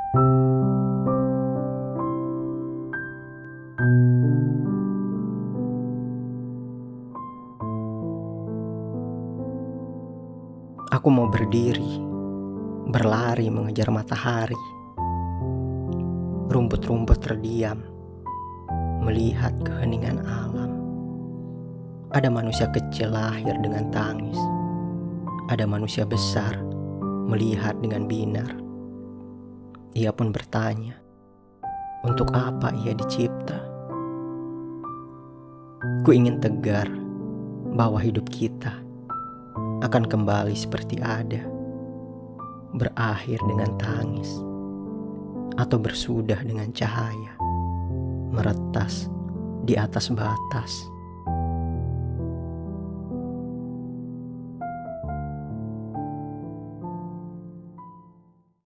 Aku mau berdiri, berlari mengejar matahari. Rumput-rumput terdiam, melihat keheningan alam. Ada manusia kecil lahir dengan tangis. Ada manusia besar melihat dengan binar. Ia pun bertanya, untuk apa ia dicipta? Ku ingin tegar bahwa hidup kita akan kembali seperti ada, berakhir dengan tangis, atau bersudah dengan cahaya, meretas di atas batas.